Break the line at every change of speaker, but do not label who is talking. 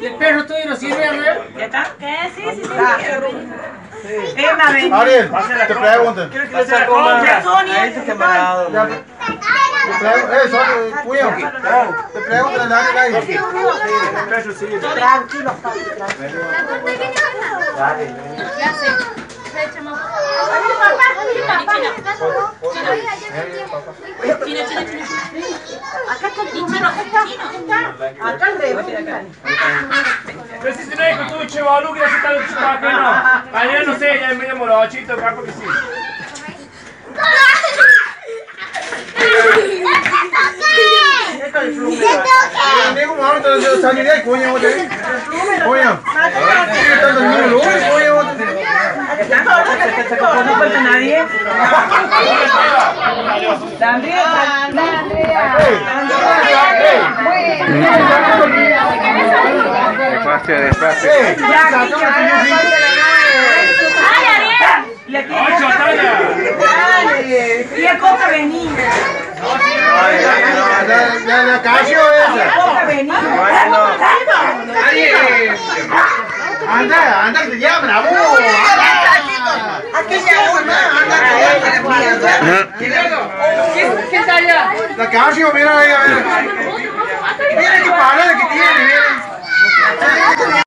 ¿El perro tuyo no sirve, Ariel?
¿Ya está? ¿Qué? Sí.
Ariel, te preguntan.
Ya, Sonia.
Te preguntan a Ariel ahí.
Tranquilo. Acá al revés.
Pero si no es con tu chivalo que ya se está chupando, no. Ayer no sé, ya es medio morochito, capaz que sí.
No falta nadie. Andrea.
Despacio.
¡Ay, Ariel! Y a coca venir.
La Casio esa.
Coca venir.
Anda, que te llaman a vos.
Aquí ya anda.
¿Qué está allá?
La Casio, mira ahí, a ver. Mira qué palabra que tiene, mira.